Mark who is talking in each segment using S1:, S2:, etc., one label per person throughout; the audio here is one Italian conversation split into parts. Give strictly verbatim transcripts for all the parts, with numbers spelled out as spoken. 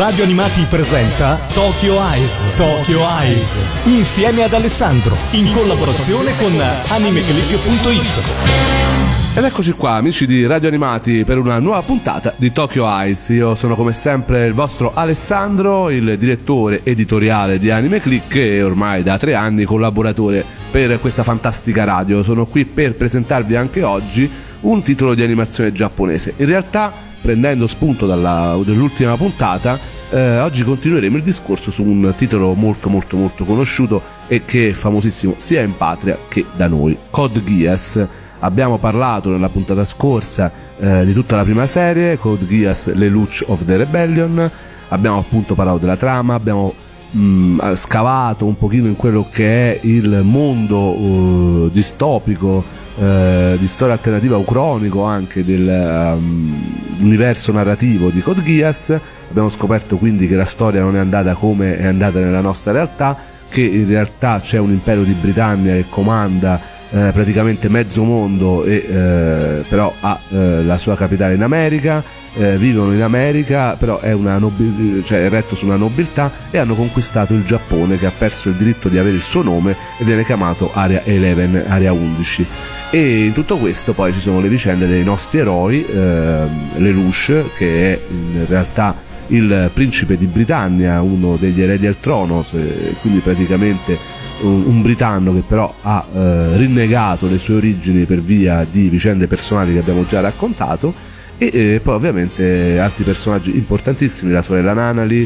S1: Radio Animati presenta Tokyo Eyes. Tokyo Eyes. Insieme ad Alessandro. In collaborazione con animeclick punto it.
S2: Ed eccoci qua, amici di Radio Animati, per una nuova puntata di Tokyo Eyes. Io sono come sempre il vostro Alessandro, il direttore editoriale di Animeclick e ormai da tre anni collaboratore per questa fantastica radio. Sono qui per presentarvi anche oggi un titolo di animazione giapponese. In realtà, prendendo spunto dalla, dall'ultima puntata, eh, oggi continueremo il discorso su un titolo molto molto molto conosciuto e che è famosissimo sia in patria che da noi, Code Geass. Abbiamo parlato nella puntata scorsa eh, di tutta la prima serie, Code Geass Lelouch of the Rebellion. Abbiamo appunto parlato della trama, abbiamo mh, scavato un pochino in quello che è il mondo uh, distopico, uh, di storia alternativa ucronico anche dell'universo um, narrativo di Code Geass. Abbiamo scoperto quindi che la storia non è andata come è andata nella nostra realtà, che in realtà c'è un impero di Britannia che comanda Eh, praticamente mezzo mondo e eh, però ha eh, la sua capitale in America, eh, vivono in America, però è una nobil- cioè è retto su una nobiltà, e hanno conquistato il Giappone, che ha perso il diritto di avere il suo nome e viene chiamato Area undici, Area undici. E in tutto questo poi ci sono le vicende dei nostri eroi, eh, Lelouch, che è in realtà il principe di Britannia, uno degli eredi al trono, quindi praticamente un britanno che però ha eh, rinnegato le sue origini per via di vicende personali che abbiamo già raccontato, e eh, poi ovviamente altri personaggi importantissimi, la sorella Nanali,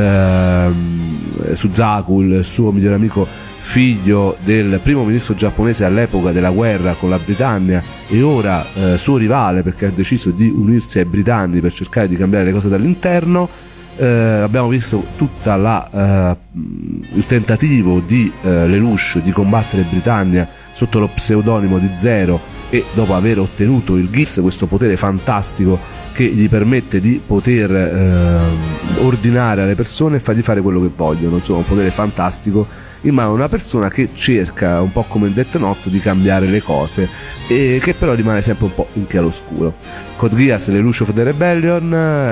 S2: ehm, Suzaku, il suo migliore amico, figlio del primo ministro giapponese all'epoca della guerra con la Britannia e ora eh, suo rivale, perché ha deciso di unirsi ai britanni per cercare di cambiare le cose dall'interno. Eh, abbiamo visto tutta la eh, il tentativo di eh, Lelouch di combattere Britannia sotto lo pseudonimo di Zero, e dopo aver ottenuto il Geass, questo potere fantastico che gli permette di poter eh, ordinare alle persone e fargli fare quello che vogliono, insomma un potere fantastico in mano a una persona che cerca, un po' come in Death Note, di cambiare le cose e che però rimane sempre un po' in chiaroscuro. Code Geass Lelouch of the Rebellion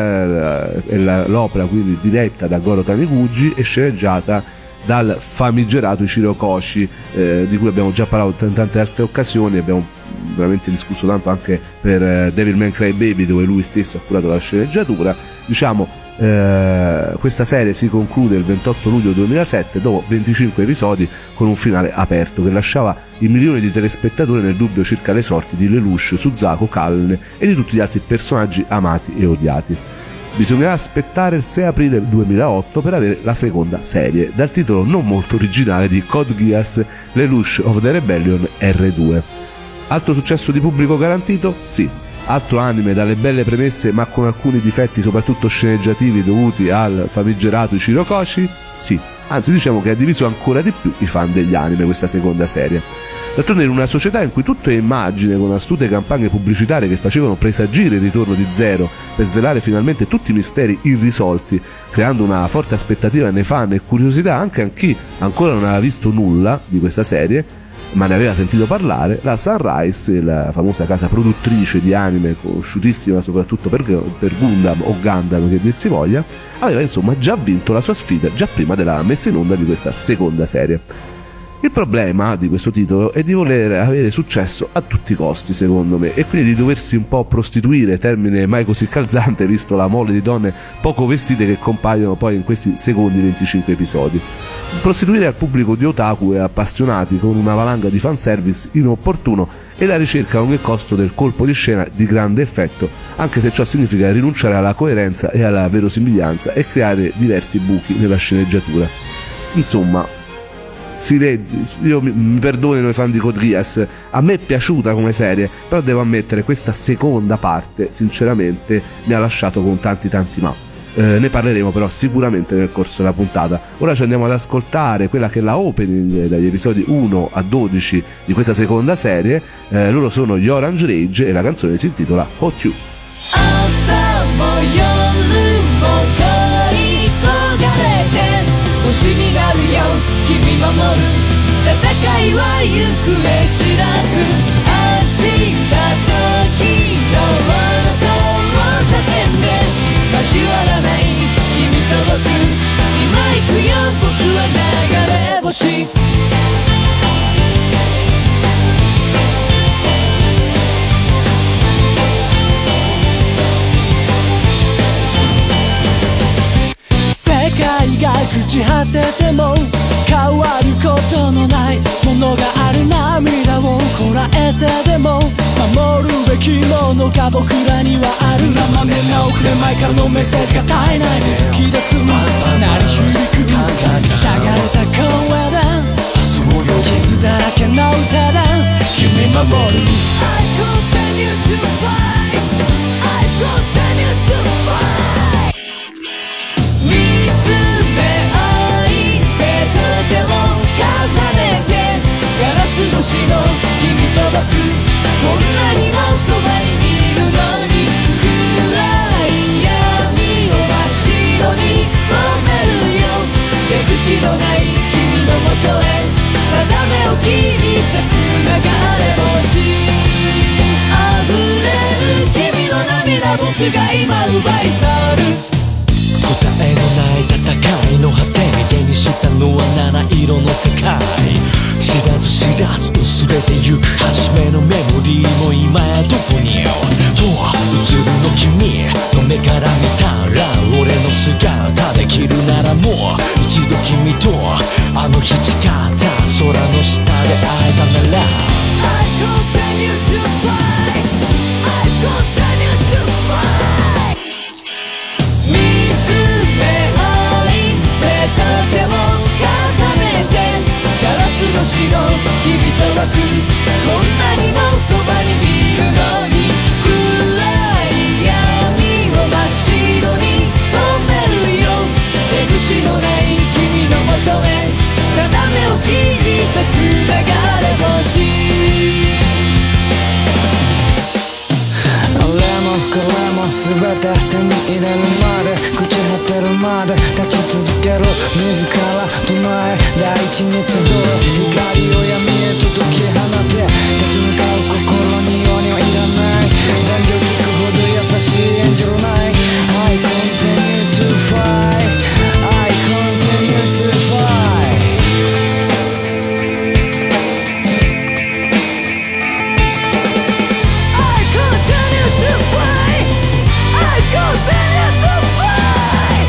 S2: eh, è l'opera quindi diretta da Goro Taniguchi e sceneggiata dal famigerato Ichiro Koshi, eh, di cui abbiamo già parlato in tante altre occasioni. Abbiamo veramente discusso tanto anche per eh, Devilman Crybaby, dove lui stesso ha curato la sceneggiatura. Diciamo eh, questa serie si conclude il ventotto luglio duemilasette dopo venticinque episodi, con un finale aperto che lasciava i milioni di telespettatori nel dubbio circa le sorti di Lelouch, Suzaku, Kalne e di tutti gli altri personaggi amati e odiati. Bisognerà aspettare il sei aprile duemilaotto per avere la seconda serie, dal titolo non molto originale di Code Geass Lelouch of the Rebellion erre due. Altro successo di pubblico garantito? Sì. Altro anime dalle belle premesse ma con alcuni difetti soprattutto sceneggiativi dovuti al famigerato Ichiro Koshi? Sì. Anzi, diciamo che ha diviso ancora di più i fan degli anime questa seconda serie. D'altronde, in una società in cui tutto è immagine, con astute campagne pubblicitarie che facevano presagire il ritorno di Zero per svelare finalmente tutti i misteri irrisolti, creando una forte aspettativa nei fan e curiosità anche a chi ancora non aveva visto nulla di questa serie ma ne aveva sentito parlare, la Sunrise, la famosa casa produttrice di anime conosciutissima soprattutto per, per Gundam o Gundam che dir si voglia, aveva insomma già vinto la sua sfida già prima della messa in onda di questa seconda serie. Il problema di questo titolo è di voler avere successo a tutti i costi, secondo me, e quindi di doversi un po' prostituire, termine mai così calzante visto la mole di donne poco vestite che compaiono poi in questi secondi venticinque episodi. Prostituire al pubblico di otaku e appassionati con una valanga di fanservice inopportuno e la ricerca a ogni costo del colpo di scena di grande effetto, anche se ciò significa rinunciare alla coerenza e alla verosimiglianza e creare diversi buchi nella sceneggiatura. Insomma, si legge, io mi, mi perdonino i fan di Code Geass, a me è piaciuta come serie, però devo ammettere questa seconda parte sinceramente mi ha lasciato con tanti tanti ma. Eh, ne parleremo però sicuramente nel corso della puntata. Ora ci andiamo ad ascoltare quella che è la opening dagli episodi uno a dodici di questa seconda serie. Eh, loro sono gli Orange Rage e la canzone si intitola Hot You.
S3: Thank you. 朽ち果てても変わることのないものがある。涙をこらえてでも守るべきものが僕らにはある。生めな遅れ前からのメッセージが絶えないで突き出す鳴り響くしゃがれた声だ傷だらけの歌だ君守る。 I continue to fight I continue to fight 見つめ合い手と手を重ねてガラス越しの君と僕こんなにもそばにいるのに暗い闇を真っ白に染めるよ出口のない君のもとへ定めを切り裂く流れ星溢れる君の涙僕が今奪い去る。答えのない戦いの果てに手にしたのは七色の世界知らず知らず薄れてゆく初めのメモリーも今やどこにと映るの君の目から見たら俺の姿できるならもう一度君とあの日誓った空の下で会えたなら I continue to fight I continue to fight 見つめ合い手と手を重ねてガラス越しの君と僕こんなにもそばにいるのに暗い闇を真っ白に染めるよ出口のない君のもとへ定めを切り裂く流れ星俺もこれも全て手に入れるまで朽ち果てるまで立ち続ける自ら唱え大地に集う光を闇へと解き放て立ち向かう心に弱音はいらない残業聞くほど優しいエンジェルない I continue to fight I continue to fight I continue to fight I continue to fight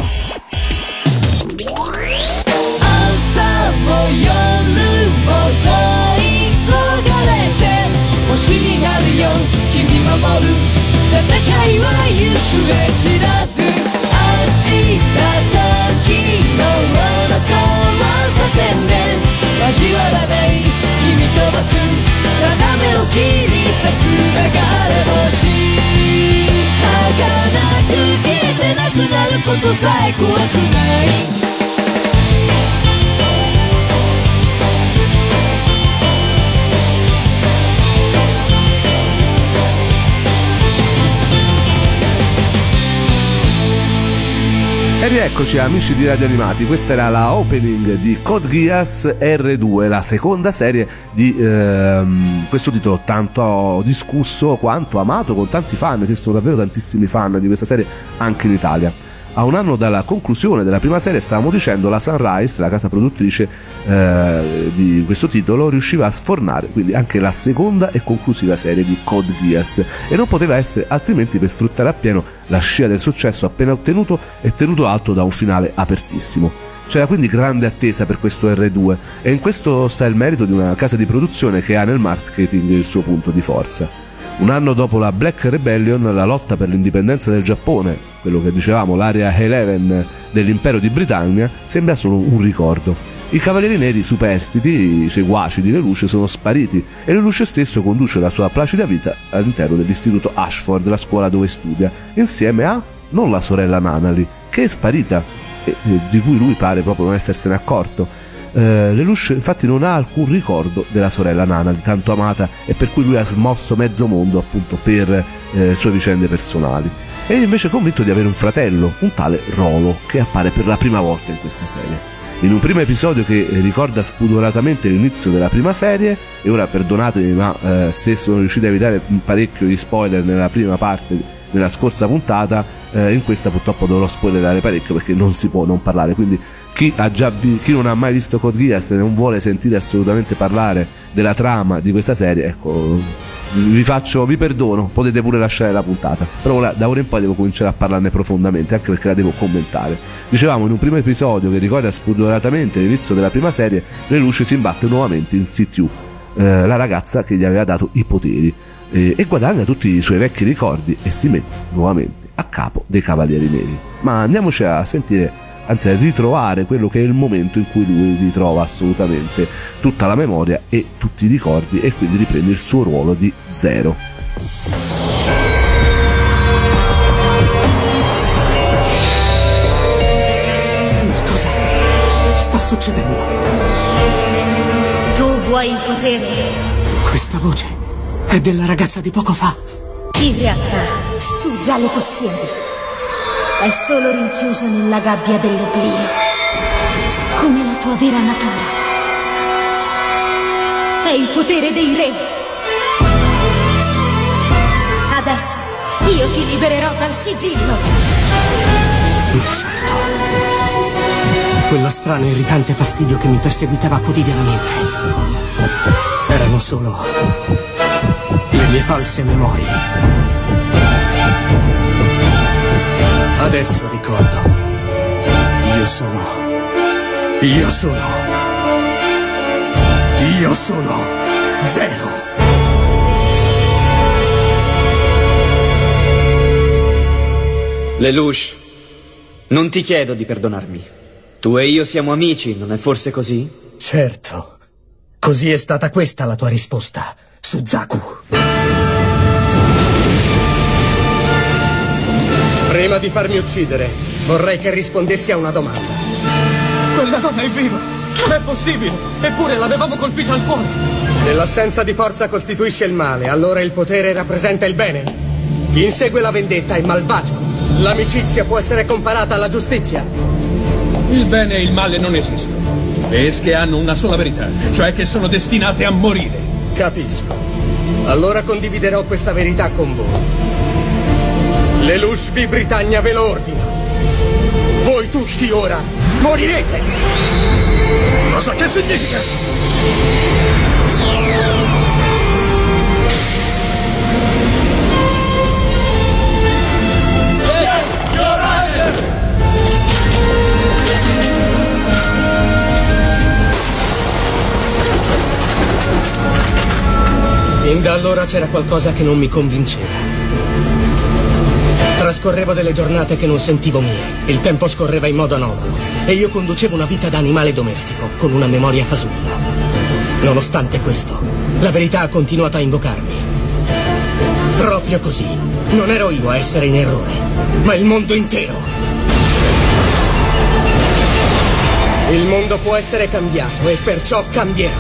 S3: 朝も夜も問い焦がれて星になるよ君守る戦いは行方知らず明日時のの交差点で交わらない君と僕定めを切り裂く流れ星儚く消えてなくなることさえ怖くない
S2: E rieccoci amici di Radio Animati, questa era la opening di Code Geass erre due, la seconda serie di ehm, questo titolo tanto discusso quanto amato con tanti fan, esistono davvero tantissimi fan di questa serie anche in Italia. A un anno dalla conclusione della prima serie, stavamo dicendo, la Sunrise, la casa produttrice eh, di questo titolo, riusciva a sfornare quindi anche la seconda e conclusiva serie di Code Geass e non poteva essere altrimenti per sfruttare appieno la scia del successo appena ottenuto e tenuto alto da un finale apertissimo. C'era quindi grande attesa per questo erre due e in questo sta il merito di una casa di produzione che ha nel marketing il suo punto di forza. Un anno dopo la Black Rebellion, la lotta per l'indipendenza del Giappone, quello che dicevamo l'area Eleven dell'impero di Britannia, sembra solo un ricordo. I Cavalieri Neri superstiti, i seguaci di Lelouch, sono spariti e Lelouch stesso conduce la sua placida vita all'interno dell'istituto Ashford, la scuola dove studia, insieme a, non la sorella Nanali, che è sparita e di cui lui pare proprio non essersene accorto. Uh, Lelouch infatti non ha alcun ricordo della sorella Nanali, tanto amata e per cui lui ha smosso mezzo mondo appunto per eh, le sue vicende personali. E invece è convinto di avere un fratello, un tale Rolo, che appare per la prima volta in questa serie. In un primo episodio che ricorda spudoratamente l'inizio della prima serie, e ora perdonatemi ma eh, se sono riuscito a evitare parecchio di spoiler nella prima parte nella scorsa puntata, eh, in questa purtroppo dovrò spoilerare parecchio perché non si può non parlare, quindi chi ha già vi- chi non ha mai visto Code Geass e non vuole sentire assolutamente parlare della trama di questa serie, ecco, vi faccio, vi perdono, potete pure lasciare la puntata, però ora, da ora in poi devo cominciare a parlarne profondamente, anche perché la devo commentare. Dicevamo in un primo episodio che ricorda spudoratamente l'inizio della prima serie, Lelouch si imbatte nuovamente in Sithu, eh, la ragazza che gli aveva dato i poteri, eh, e guadagna tutti i suoi vecchi ricordi e si mette nuovamente a capo dei Cavalieri Neri. Ma andiamoci a sentire, anzi a ritrovare quello che è il momento in cui lui ritrova assolutamente tutta la memoria e tutti i ricordi e quindi riprende il suo ruolo di Zero.
S4: Ma cosa sta succedendo?
S5: Tu vuoi il potere?
S4: Questa voce è della ragazza di poco fa.
S5: In realtà, tu già lo possiedi. Sei solo rinchiuso nella gabbia dell'oblio, come la tua vera natura. È il potere dei re. Adesso io ti libererò dal sigillo.
S4: Ma certo. Quello strano e irritante fastidio che mi perseguitava quotidianamente erano solo le mie false memorie. Adesso ricordo. Io sono. Io sono. Io sono Zero.
S6: Lelouch, non ti chiedo di perdonarmi. Tu e io siamo amici, non è forse così?
S4: Certo. Così è stata questa la tua risposta, Suzaku. Prima di farmi uccidere, vorrei che rispondessi a una domanda.
S7: Quella donna è viva! Non è possibile! Eppure l'avevamo colpita al cuore!
S4: Se l'assenza di forza costituisce il male, allora il potere rappresenta il bene? Chi insegue la vendetta è malvagio. L'amicizia può essere comparata alla giustizia.
S7: Il bene e il male non esistono. Esche hanno una sola verità, cioè che sono destinate a morire.
S4: Capisco. Allora condividerò questa verità con voi. Lelouch di Britannia ve lo ordina. Voi tutti ora morirete!
S7: Cosa che significa?
S4: Fin da allora c'era qualcosa che non mi convinceva. Trascorrevo delle giornate che non sentivo mie, il tempo scorreva in modo anomalo e io conducevo una vita da animale domestico, con una memoria fasulla. Nonostante questo, la verità ha continuato a invocarmi. Proprio così, non ero io a essere in errore, ma il mondo intero. Il mondo può essere cambiato e perciò cambierà.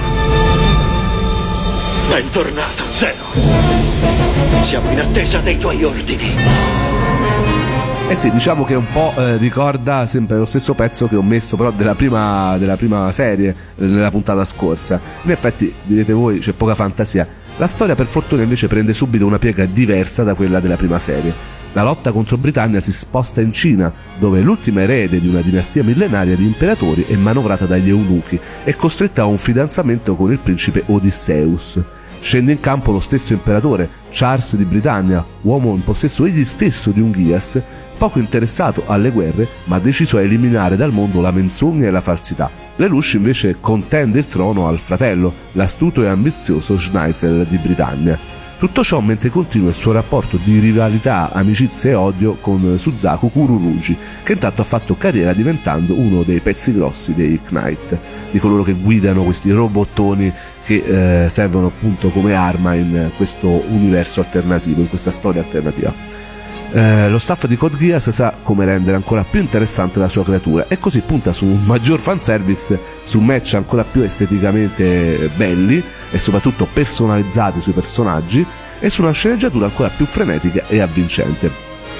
S8: Bentornato, Zero. Siamo in attesa dei tuoi ordini.
S2: Eh sì, diciamo che un po' eh, ricorda sempre lo stesso pezzo che ho messo però della prima, della prima serie, eh, nella puntata scorsa. In effetti, direte voi, c'è poca fantasia. La storia per fortuna invece prende subito una piega diversa da quella della prima serie. La lotta contro Britannia si sposta in Cina, dove l'ultima erede di una dinastia millenaria di imperatori è manovrata dagli eunuchi e costretta a un fidanzamento con il principe Odysseus. Scende in campo lo stesso imperatore, Charles di Britannia, uomo in possesso egli stesso di un Geass, poco interessato alle guerre, ma deciso a eliminare dal mondo la menzogna e la falsità. Lelouch invece contende il trono al fratello, l'astuto e ambizioso Schneisel di Britannia. Tutto ciò mentre continua il suo rapporto di rivalità, amicizia e odio con Suzaku Kururugi, che intanto ha fatto carriera diventando uno dei pezzi grossi dei Knight, di coloro che guidano questi robottoni che eh, servono appunto come arma in questo universo alternativo, in questa storia alternativa. Eh, lo staff di Code Geass sa come rendere ancora più interessante la sua creatura e così punta su un maggior fanservice, su match ancora più esteticamente belli e soprattutto personalizzati sui personaggi e su una sceneggiatura ancora più frenetica e avvincente.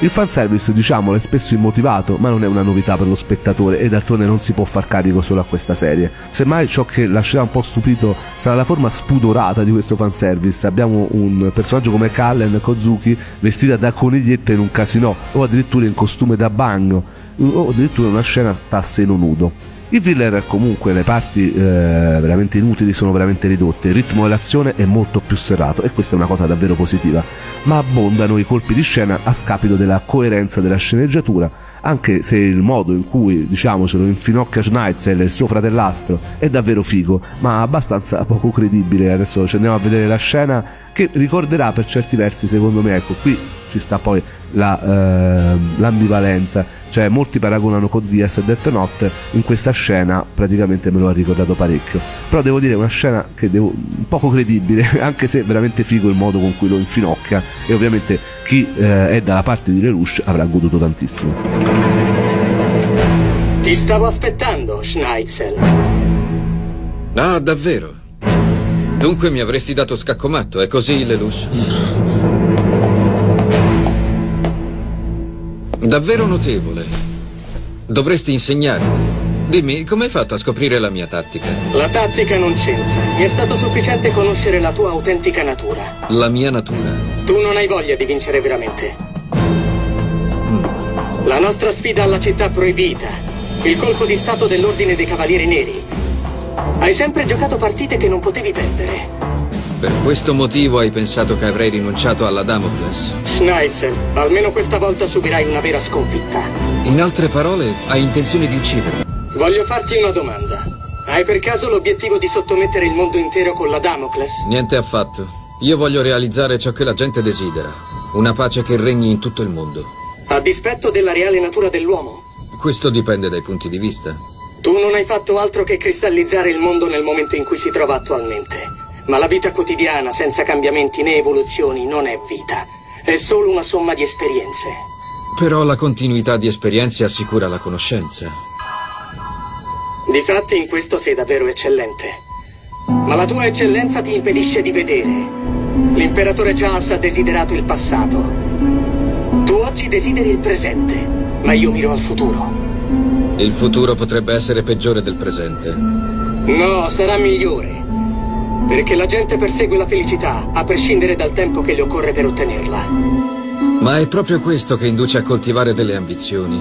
S2: Il fanservice, diciamolo, è spesso immotivato, ma non è una novità per lo spettatore e d'altronde non si può far carico solo a questa serie. Semmai ciò che lascerà un po' stupito sarà la forma spudorata di questo fanservice. Abbiamo un personaggio come Kallen Kozuki vestita da coniglietta in un casinò, o addirittura in costume da bagno, o addirittura una scena a seno nudo. I filler, comunque, le parti eh, veramente inutili sono veramente ridotte, il ritmo dell'azione è molto più serrato e questa è una cosa davvero positiva, ma abbondano i colpi di scena a scapito della coerenza della sceneggiatura, anche se il modo in cui, diciamocelo, infinocchia Schneitzel e il suo fratellastro è davvero figo, ma abbastanza poco credibile. Adesso ci andiamo a vedere la scena che ricorderà per certi versi, secondo me, ecco qui ci sta poi la, eh, l'ambivalenza, cioè molti paragonano Code Geass e Death Note, in questa scena praticamente me lo ha ricordato parecchio, però devo dire è una scena che devo, poco credibile, anche se veramente figo il modo con cui lo infinocchia, e ovviamente chi eh, è dalla parte di Lelouch avrà goduto tantissimo.
S4: Ti stavo aspettando, Schneitzel.
S9: Ah, davvero? Dunque mi avresti dato scaccomatto, è così, Lelouch? Davvero notevole. Dovresti insegnarmi. Dimmi, come hai fatto a scoprire la mia tattica?
S4: La tattica non c'entra. Mi è stato sufficiente conoscere la tua autentica natura.
S9: La mia natura?
S4: Tu non hai voglia di vincere veramente. Mm. La nostra sfida alla città proibita. Il colpo di stato dell'Ordine dei Cavalieri Neri. Hai sempre giocato partite che non potevi perdere.
S9: Per questo motivo hai pensato che avrei rinunciato alla Damocles?
S4: Schneitzel, almeno questa volta subirai una vera sconfitta.
S9: In altre parole, hai intenzione di uccidermi?
S4: Voglio farti una domanda. Hai per caso l'obiettivo di sottomettere il mondo intero con la Damocles?
S9: Niente affatto. Io voglio realizzare ciò che la gente desidera. Una pace che regni in tutto il mondo.
S4: A dispetto della reale natura dell'uomo?
S9: Questo dipende dai punti di vista.
S4: Tu non hai fatto altro che cristallizzare il mondo nel momento in cui si trova attualmente. Ma la vita quotidiana, senza cambiamenti né evoluzioni, non è vita. È solo una somma di esperienze.
S9: Però la continuità di esperienze assicura la conoscenza.
S4: Difatti in questo sei davvero eccellente. Ma la tua eccellenza ti impedisce di vedere. L'imperatore Charles ha desiderato il passato. Tu oggi desideri il presente, ma io miro al futuro.
S9: Il futuro potrebbe essere peggiore del presente.
S4: No, sarà migliore. Perché la gente persegue la felicità, a prescindere dal tempo che le occorre per ottenerla.
S9: Ma è proprio questo che induce a coltivare delle ambizioni.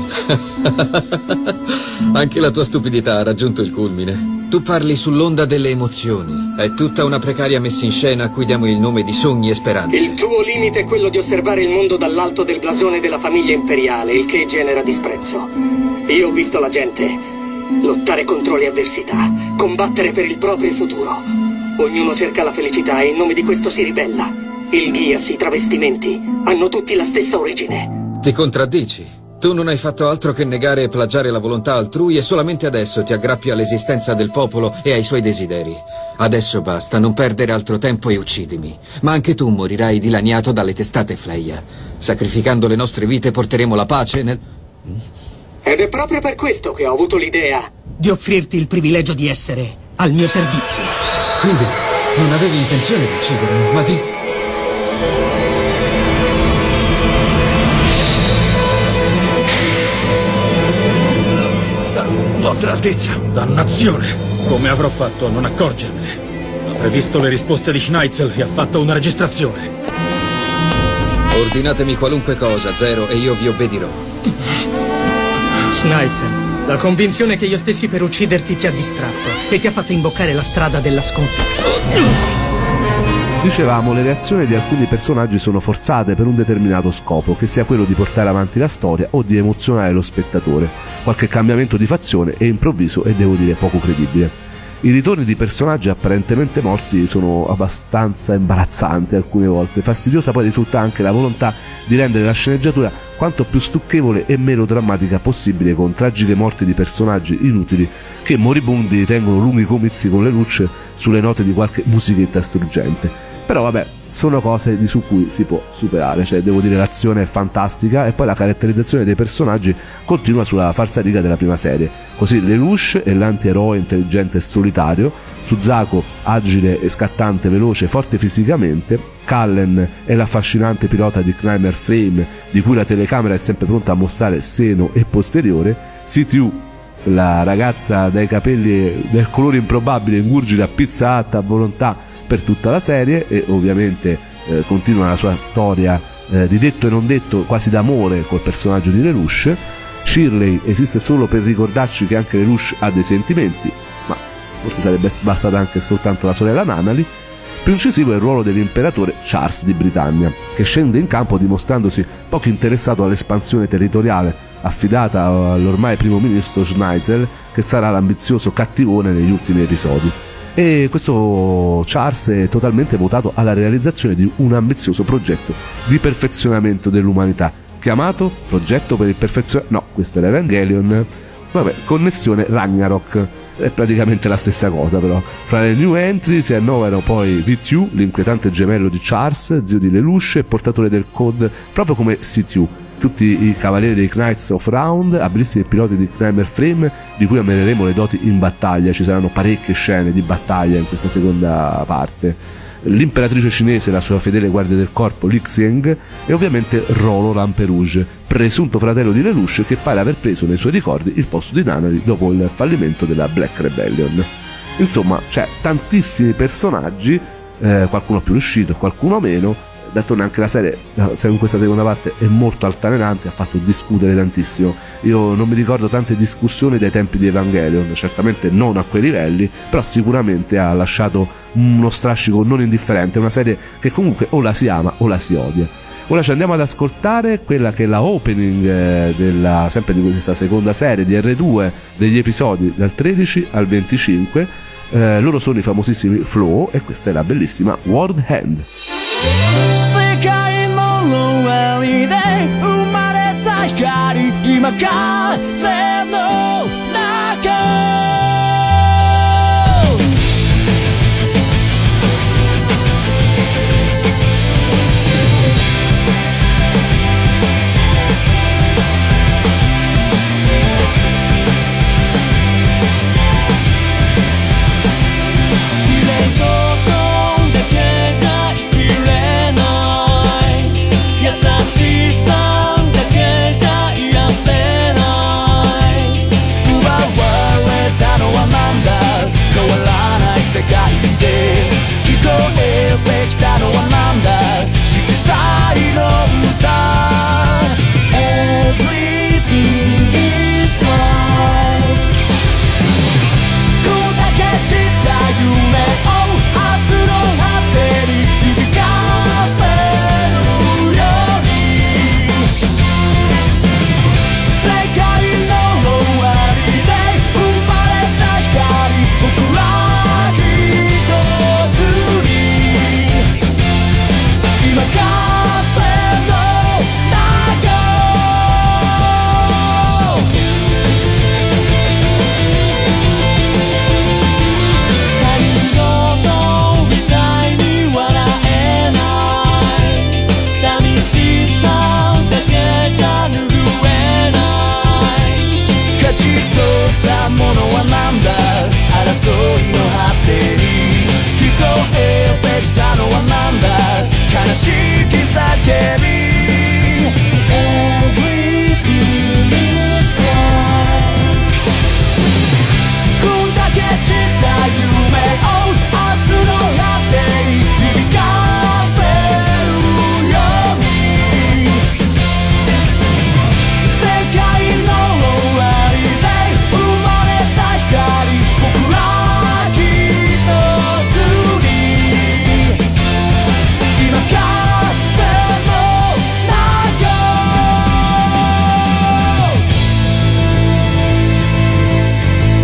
S9: Anche la tua stupidità ha raggiunto il culmine. Tu parli sull'onda delle emozioni. È tutta una precaria messa in scena a cui diamo il nome di sogni e speranze.
S4: Il tuo limite è quello di osservare il mondo dall'alto del blasone della famiglia imperiale, il che genera disprezzo. Io ho visto la gente lottare contro le avversità, combattere per il proprio futuro. Ognuno cerca la felicità e in nome di questo si ribella. Il Geass, i travestimenti, hanno tutti la stessa origine.
S9: Ti contraddici. Tu non hai fatto altro che negare e plagiare la volontà altrui e solamente adesso ti aggrappi all'esistenza del popolo e ai suoi desideri. Adesso basta, non perdere altro tempo e uccidimi. Ma anche tu morirai dilaniato dalle testate Fleia. Sacrificando le nostre vite porteremo la pace nel...
S4: Ed è proprio per questo che ho avuto l'idea
S3: di offrirti il privilegio di essere al mio servizio.
S9: Quindi non avevi intenzione di uccidermi, ma di...
S7: Vostra Altezza, dannazione! Come avrò fatto a non accorgermene? Ha previsto le risposte di Schneitzel e ha fatto una registrazione.
S9: Ordinatemi qualunque cosa, Zero, e io vi obbedirò.
S3: Schneitzel, la convinzione che io stessi per ucciderti ti ha distratto e ti ha fatto imboccare la strada della sconfitta.
S2: Dicevamo, le reazioni di alcuni personaggi sono forzate per un determinato scopo, che sia quello di portare avanti la storia o di emozionare lo spettatore. Qualche cambiamento di fazione è improvviso e devo dire poco credibile. I ritorni di personaggi apparentemente morti sono abbastanza imbarazzanti alcune volte. Fastidiosa poi risulta anche la volontà di rendere la sceneggiatura quanto più stucchevole e melodrammatica possibile, con tragiche morti di personaggi inutili che moribondi tengono lunghi comizi con Lelouch sulle note di qualche musichetta struggente. Però vabbè, sono cose di su cui si può superare, cioè devo dire l'azione è fantastica e poi la caratterizzazione dei personaggi continua sulla falsariga della prima serie. Così Lelouch è l'antieroe intelligente e solitario, Suzaku agile e scattante, veloce, forte fisicamente, Cullen è l'affascinante pilota di Climber Frame, di cui la telecamera è sempre pronta a mostrare seno e posteriore, C T U, la ragazza dai capelli del colore improbabile, ingurgita Pizza Hut a volontà per tutta la serie, e ovviamente eh, continua la sua storia eh, di detto e non detto, quasi d'amore col personaggio di Lelouch. Shirley esiste solo per ricordarci che anche Lelouch ha dei sentimenti, ma forse sarebbe bastata anche soltanto la sorella Nanali. Più incisivo è il ruolo dell'imperatore Charles di Britannia, che scende in campo dimostrandosi poco interessato all'espansione territoriale affidata all'ormai primo ministro Schneitzel, che sarà l'ambizioso cattivone negli ultimi episodi. E questo Charles è totalmente votato alla realizzazione di un ambizioso progetto di perfezionamento dell'umanità, chiamato Progetto per il perfezionamento... No, questo era Evangelion. Vabbè, connessione Ragnarok. È praticamente la stessa cosa, però. Fra le new entry si annoverano poi V due, l'inquietante gemello di Charles, zio di Lelouch e portatore del code proprio come C T U. Tutti i cavalieri dei Knights of Round, abilissimi piloti di Climber Frame, di cui ammireremo le doti in battaglia. Ci saranno parecchie scene di battaglia in questa seconda parte. L'imperatrice cinese, la sua fedele guardia del corpo Li Xiang, e ovviamente Rolo Lamperouge, presunto fratello di Lelouch, che pare aver preso nei suoi ricordi il posto di Nanali dopo il fallimento della Black Rebellion. Insomma, c'è tantissimi personaggi, eh, qualcuno più riuscito, qualcuno meno. D'altronde anche la serie in questa seconda parte è molto altalenante, ha fatto discutere tantissimo. Io non mi ricordo tante discussioni dai tempi di Evangelion, certamente non a quei livelli, però sicuramente ha lasciato uno strascico non indifferente, una serie che comunque o la si ama o la si odia. Ora ci andiamo ad ascoltare quella che è la opening eh, della, sempre di questa seconda serie di erre due, degli episodi dal tredici al venticinque. Eh, loro sono i famosissimi Flow e questa è la bellissima World Hand.
S3: 世界の終わりで生まれた光、今風の中聞こえてきたのはなんだ色彩の歌 Everything is bright 砕け散った夢を明日の果てに響かせるように世界の終わりで生まれた光僕ら今風の中他人事みたいに笑えない寂しさだけじゃ拭えない勝ち取ったものはなんだ争いの果てに聞こえてきたのはなんだ悲しき叫び Everything is bright 砕け散った夢を明日の果てに響かせるように世界の終わりで生まれた光僕ら一つに今風の中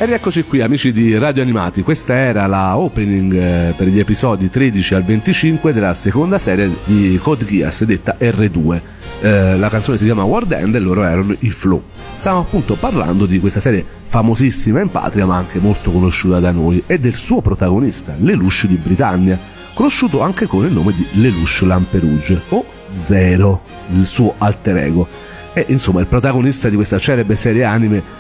S2: E rieccoci qui, amici di Radio Animati. Questa era la opening eh, per gli episodi tredici al venticinque della seconda serie di Code Geass, detta erre due. Eh, la canzone si chiama World End e loro erano i Flow. Stavamo appunto parlando di questa serie famosissima in patria, ma anche molto conosciuta da noi, e del suo protagonista, Lelouch di Britannia, conosciuto anche con il nome di Lelouch Lamperouge, o Zero, il suo alter ego. E insomma, il protagonista di questa celebre serie anime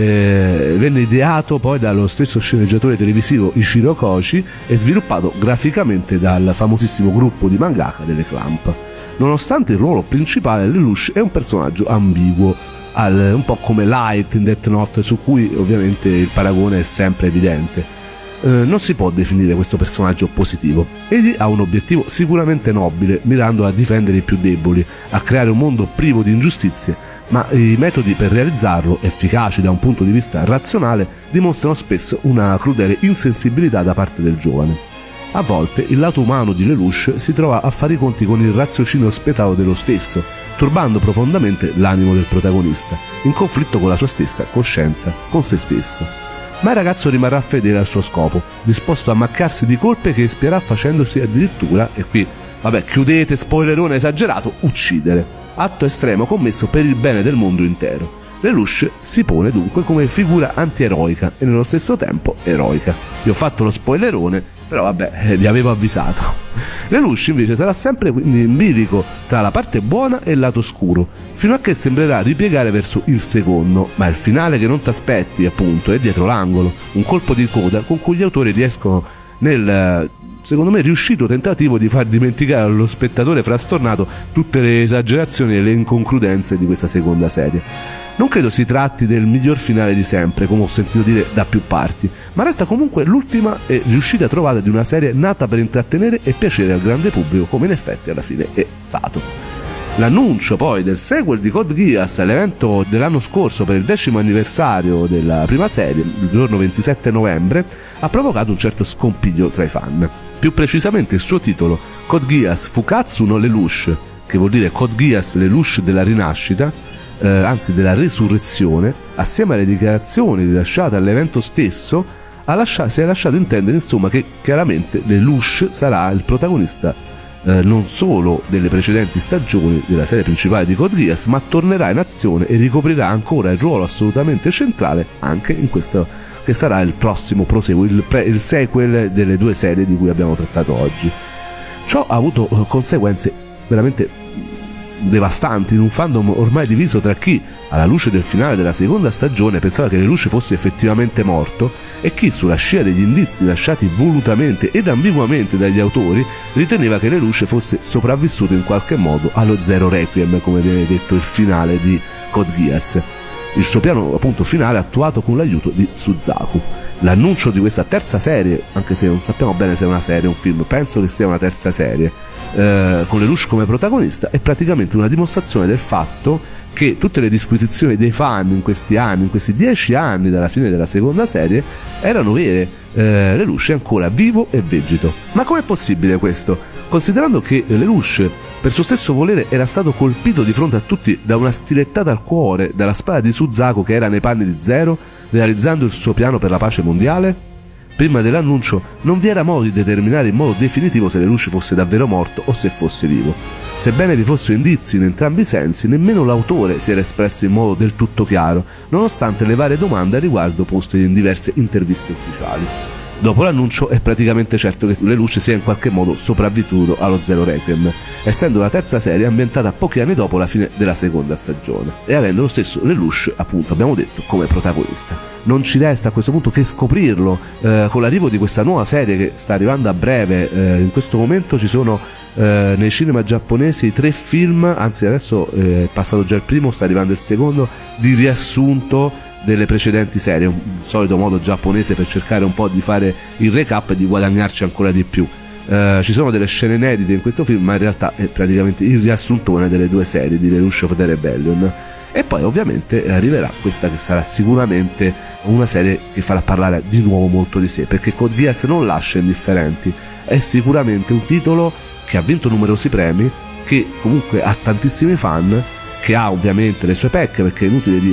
S2: Eh, venne ideato poi dallo stesso sceneggiatore televisivo Ichiro Kochi e sviluppato graficamente dal famosissimo gruppo di mangaka delle Clamp. Nonostante il ruolo principale, Lelouch è un personaggio ambiguo, al, un po' come Light in Death Note, su cui ovviamente il paragone è sempre evidente. Eh, non si può definire questo personaggio positivo. Egli ha un obiettivo sicuramente nobile, mirando a difendere i più deboli, a creare un mondo privo di ingiustizie, ma i metodi per realizzarlo, efficaci da un punto di vista razionale, dimostrano spesso una crudele insensibilità da parte del giovane. A volte il lato umano di Lelouch si trova a fare i conti con il raziocinio spietato dello stesso, turbando profondamente l'animo del protagonista, in conflitto con la sua stessa coscienza, con se stesso. Ma il ragazzo rimarrà fedele al suo scopo, disposto a macchiarsi di colpe che espierà facendosi addirittura, e qui, vabbè, chiudete, spoilerone esagerato, uccidere. Atto estremo commesso per il bene del mondo intero. Lelouch si pone dunque come figura antieroica e nello stesso tempo eroica. Vi ho fatto lo spoilerone, però vabbè, eh, vi avevo avvisato. Lelouch invece sarà sempre quindi in bilico tra la parte buona e il lato oscuro, fino a che sembrerà ripiegare verso il secondo, ma il finale che non ti aspetti, appunto, è dietro l'angolo, un colpo di coda con cui gli autori riescono nel, secondo me, riuscito tentativo di far dimenticare allo spettatore frastornato tutte le esagerazioni e le inconcludenze di questa seconda serie. Non credo si tratti del miglior finale di sempre, come ho sentito dire da più parti, ma resta comunque l'ultima e riuscita trovata di una serie nata per intrattenere e piacere al grande pubblico, come in effetti alla fine è stato. L'annuncio poi del sequel di Code Geass all'evento dell'anno scorso per il decimo anniversario della prima serie, il giorno ventisette novembre, ha provocato un certo scompiglio tra i fan. Più precisamente il suo titolo, Code Geass Fukatsu no Lelouch, che vuol dire Code Geass Lelouch della rinascita, eh, anzi della resurrezione, assieme alle dichiarazioni rilasciate all'evento stesso, ha lasciato, si è lasciato intendere insomma che chiaramente Lelouch sarà il protagonista Eh, non solo delle precedenti stagioni della serie principale di Code Geass, ma tornerà in azione e ricoprirà ancora il ruolo assolutamente centrale anche in questo che sarà il prossimo proseguo, il, pre, il sequel delle due serie di cui abbiamo trattato oggi. Ciò ha avuto conseguenze veramente devastanti in un fandom ormai diviso tra chi, alla luce del finale della seconda stagione, pensava che Lelouch fosse effettivamente morto e chi, sulla scia degli indizi lasciati volutamente ed ambiguamente dagli autori, riteneva che Lelouch fosse sopravvissuto in qualche modo allo Zero Requiem, come viene detto il finale di Code Geass, il suo piano appunto finale attuato con l'aiuto di Suzaku. L'annuncio di questa terza serie, anche se non sappiamo bene se è una serie o un film, penso che sia una terza serie, eh, con Lelouch come protagonista, è praticamente una dimostrazione del fatto che tutte le disquisizioni dei fan in questi anni, in questi dieci anni dalla fine della seconda serie, erano vere. eh, Lelouch è ancora vivo e vegeto. Ma com'è possibile questo? Considerando che Lelouch, per suo stesso volere, era stato colpito di fronte a tutti da una stilettata al cuore dalla spada di Suzaku che era nei panni di Zero, realizzando il suo piano per la pace mondiale? Prima dell'annuncio non vi era modo di determinare in modo definitivo se Lelouch fosse davvero morto o se fosse vivo. Sebbene vi fossero indizi in entrambi i sensi, nemmeno l'autore si era espresso in modo del tutto chiaro, nonostante le varie domande a riguardo poste in diverse interviste ufficiali. Dopo l'annuncio è praticamente certo che Lelouch sia in qualche modo sopravvissuto allo Zero Requiem, essendo la terza serie ambientata pochi anni dopo la fine della seconda stagione e avendo lo stesso Lelouch, appunto abbiamo detto, come protagonista. Non ci resta a questo punto che scoprirlo eh, con l'arrivo di questa nuova serie che sta arrivando a breve. Eh, in questo momento ci sono eh, nei cinema giapponesi tre film, anzi adesso eh, è passato già il primo, sta arrivando il secondo, di riassunto delle precedenti serie, un solito modo giapponese per cercare un po' di fare il recap e di guadagnarci ancora di più. Uh, ci sono delle scene inedite in questo film, ma in realtà è praticamente il riassuntone delle due serie di Lelouch of the Rebellion. E poi ovviamente arriverà questa che sarà sicuramente una serie che farà parlare di nuovo molto di sé, perché Code Geass non lascia indifferenti, è sicuramente un titolo che ha vinto numerosi premi, che comunque ha tantissimi fan, che ha ovviamente le sue pecche, perché è inutile dire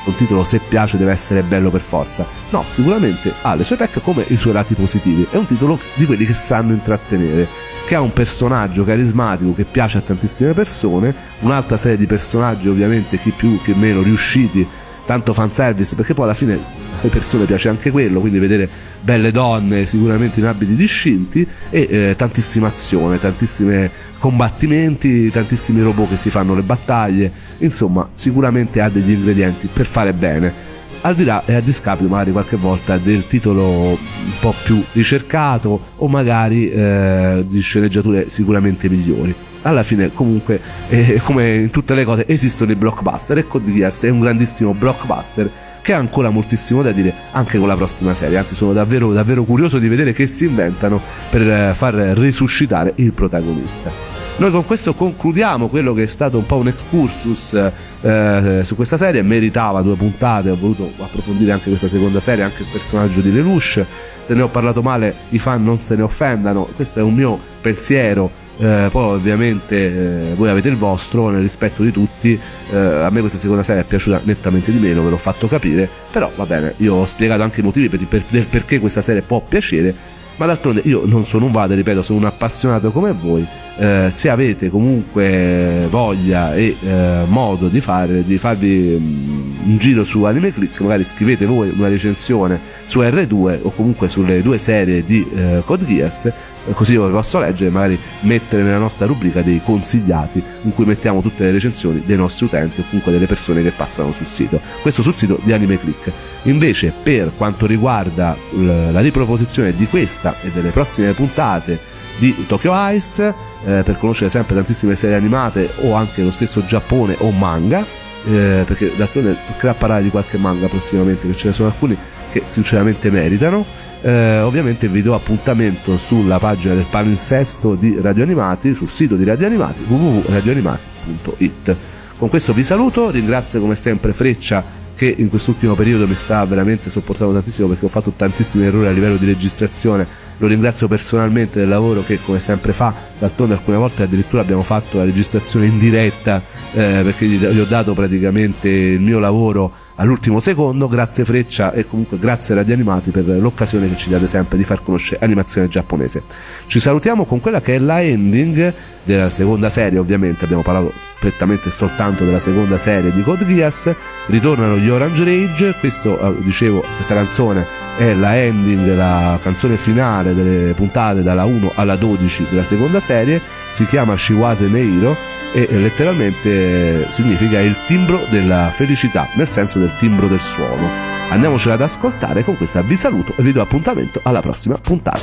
S2: un titolo se piace deve essere bello per forza. No, sicuramente ha le sue tecche come i suoi lati positivi. È un titolo di quelli che sanno intrattenere, che ha un personaggio carismatico che piace a tantissime persone, un'altra serie di personaggi ovviamente chi più che meno riusciti, tanto fanservice, perché poi alla fine alle persone piace anche quello, quindi vedere belle donne sicuramente in abiti discinti e eh, tantissima azione, tantissimi combattimenti, tantissimi robot che si fanno le battaglie, insomma sicuramente ha degli ingredienti per fare bene, al di là e a discapito magari qualche volta del titolo un po' più ricercato o magari eh, di sceneggiature sicuramente migliori. Alla fine comunque eh, come in tutte le cose esistono i blockbuster e Code Geass è un grandissimo blockbuster che ha ancora moltissimo da dire anche con la prossima serie, anzi sono davvero, davvero curioso di vedere che si inventano per far risuscitare il protagonista. Noi con questo concludiamo quello che è stato un po' un excursus eh, su questa serie, meritava due puntate, ho voluto approfondire anche questa seconda serie, anche il personaggio di Lelouch, se ne ho parlato male i fan non se ne offendano, questo è un mio pensiero. Eh, poi ovviamente eh, voi avete il vostro, nel rispetto di tutti. eh, a me questa seconda serie è piaciuta nettamente di meno, ve l'ho fatto capire, però va bene, io ho spiegato anche i motivi per, per, del perché questa serie può piacere, ma d'altronde io non sono un vade, ripeto, sono un appassionato come voi. Eh, se avete comunque voglia e eh, modo di fare di farvi um, un giro su Anime Click, magari scrivete voi una recensione su erre due o comunque sulle due serie di eh, Code Geass, così io vi posso leggere e magari mettere nella nostra rubrica dei consigliati in cui mettiamo tutte le recensioni dei nostri utenti o comunque delle persone che passano sul sito, questo sul sito di Anime Click. Invece per quanto riguarda l- la riproposizione di questa e delle prossime puntate di Tokyo Ice, eh, per conoscere sempre tantissime serie animate o anche lo stesso Giappone o manga, eh, perché d'altronde toccherà parlare di qualche manga prossimamente, che ce ne sono alcuni che sinceramente meritano. Eh, ovviamente vi do appuntamento sulla pagina del palinsesto di Radio Animati, sul sito di Radio Animati w w w punto radio animati punto i t. Con questo vi saluto, ringrazio come sempre Freccia che in quest'ultimo periodo mi sta veramente sopportando tantissimo perché ho fatto tantissimi errori a livello di registrazione, lo ringrazio personalmente del lavoro che come sempre fa, d'altronde alcune volte addirittura abbiamo fatto la registrazione in diretta eh, perché gli, gli ho dato praticamente il mio lavoro all'ultimo secondo. Grazie Freccia e comunque grazie Radio Animati per l'occasione che ci date sempre di far conoscere animazione giapponese. Ci salutiamo con quella che è la ending della seconda serie, ovviamente abbiamo parlato prettamente soltanto della seconda serie di Code Geass. Ritornano gli Orange Rage, questo eh, dicevo, questa canzone è la ending, la canzone finale delle puntate dalla uno alla dodici della seconda serie, si chiama Shiwase Neiro e letteralmente significa il timbro della felicità, nel senso del timbro del suono. Andiamocela ad ascoltare, con questa vi saluto e vi do appuntamento alla prossima puntata.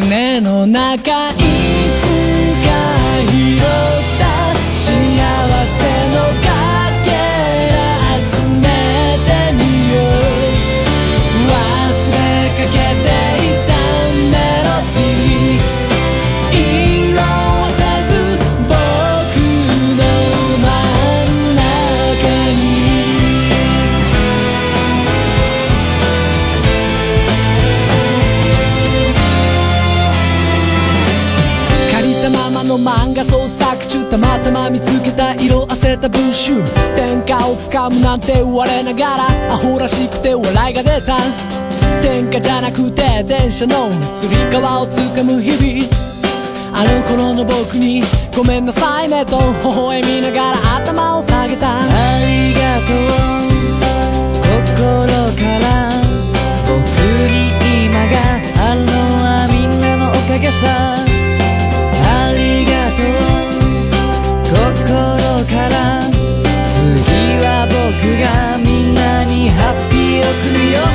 S3: 漫画創作中たまたま見つけた色あせた文集天下をつかむなんて言われながらアホらしくて笑いが出た天下じゃなくて電車のつり革をつかむ日々あの頃の僕にごめんなさいねと微笑みながら頭を下げたありがとう心から僕に今があるのはみんなのおかげさありがとう心から次は僕がみんなにハッピー送るよ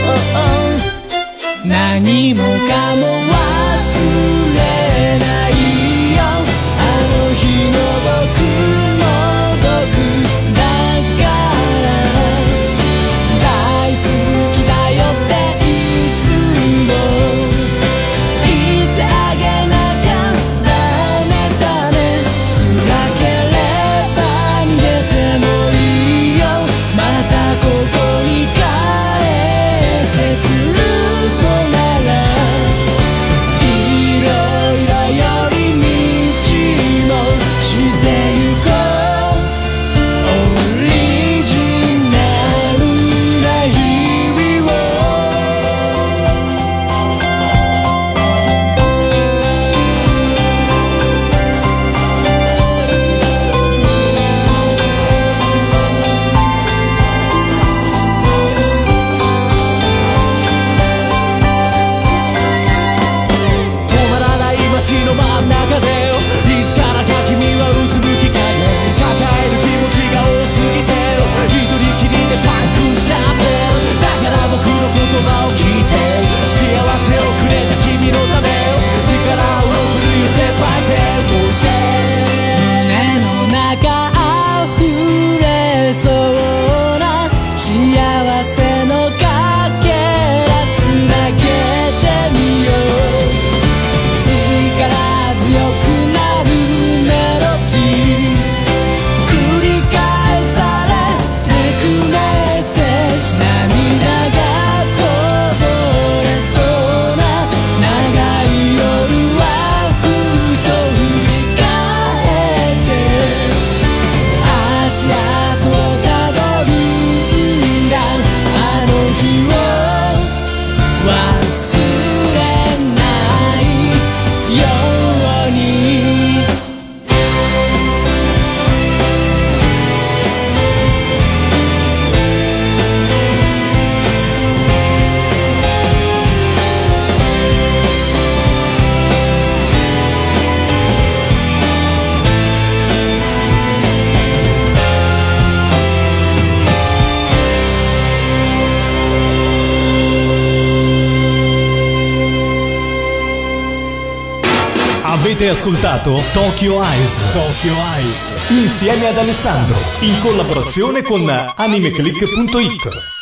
S3: 何もかも忘れないよあの日の僕も僕
S1: Avete ascoltato Tokyo Eyes, Tokyo Eyes, insieme ad Alessandro, in collaborazione con animeclick punto it.